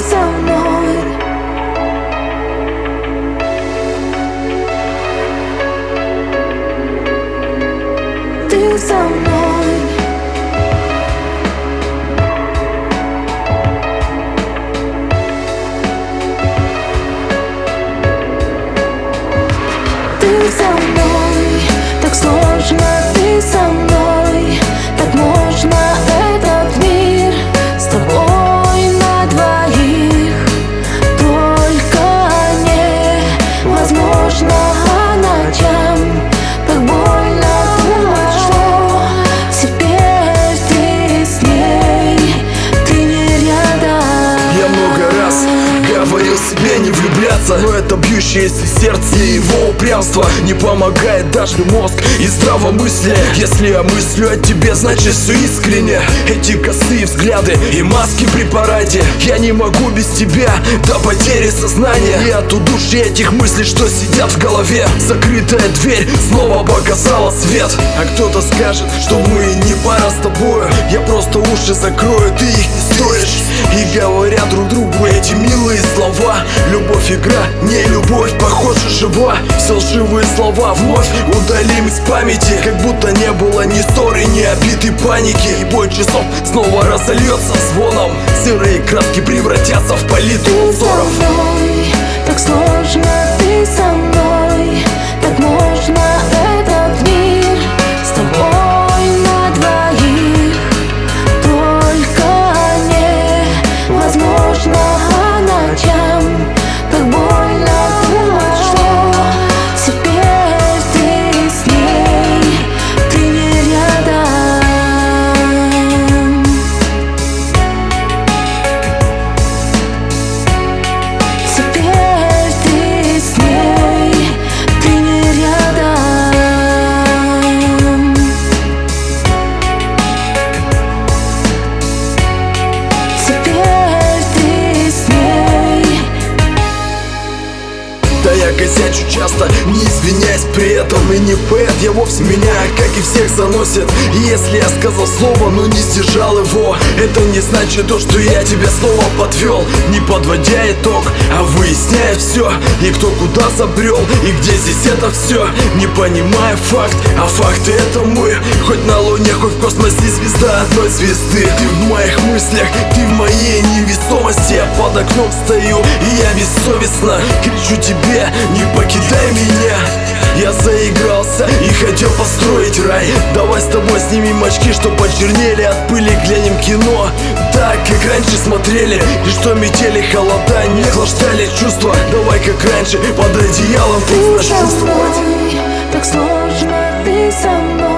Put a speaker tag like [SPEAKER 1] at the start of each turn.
[SPEAKER 1] со мной. Ты со мной. Ты со мной, так сложно, ты со мной, так можно этот мир с тобой на двоих. Только невозможно ночам, так больно думать, что теперь ты с ней, ты не рядом.
[SPEAKER 2] Я много раз говорил себе не влюбляться, но это бьющееся сердце и его упрямство не помогает даже мозг и здравомыслие. Если я мыслю о тебе, значит все искренне. Эти косые взгляды и маски при параде, я не могу без тебя до потери сознания. И от удушья этих мыслей, что сидят в голове, закрытая дверь снова показала свет. А кто-то скажет, что мы не пара с тобою, я просто уши закрою, ты их не стоишь. И говорят друг другу эти милые слова: любовь игра, не любовь, похоже, жива. Все лживые слова вновь удалим из памяти, как будто не было ни ссоры, ни обиды, паники. И бой часов снова разольется звоном, серые краски превратятся в палитру
[SPEAKER 1] Ты со
[SPEAKER 2] узоров.
[SPEAKER 1] мной, так сложно, ты со мной, так можно этот мир с тобой на двоих. Только невозможно ночам, так больно думать, что теперь ты с ней, ты не рядом. Теперь ты с ней, ты не рядом. Теперь ты с ней.
[SPEAKER 2] Да я косячу часто, не извиняюсь при этом. И не поэт, я вовсе меня, как и всех, заносит. И если я сказал слово, но не сдержал его, это не значит то, что я тебя снова подвел. Не подводя итог, а выясняя все, и кто куда забрел, и где здесь это все. Не понимая факт, а факты это мы. Хоть на луне, хоть в космосе, звезда одной звезды. Ты в моих мыслях, ты в моей невесомости. Я под окном стою, и я бессовестно кричу тебе: не покидай меня. Я заигрался и хотел построить рай. Давай с тобой снимем очки, что почернели от пыли, глянем кино так, как раньше смотрели. И что метели холода, не охлаждали чувства. Давай как раньше, под одеялом
[SPEAKER 1] Ты
[SPEAKER 2] просто
[SPEAKER 1] со
[SPEAKER 2] чувствовать.
[SPEAKER 1] мной, так сложно, ты со мной.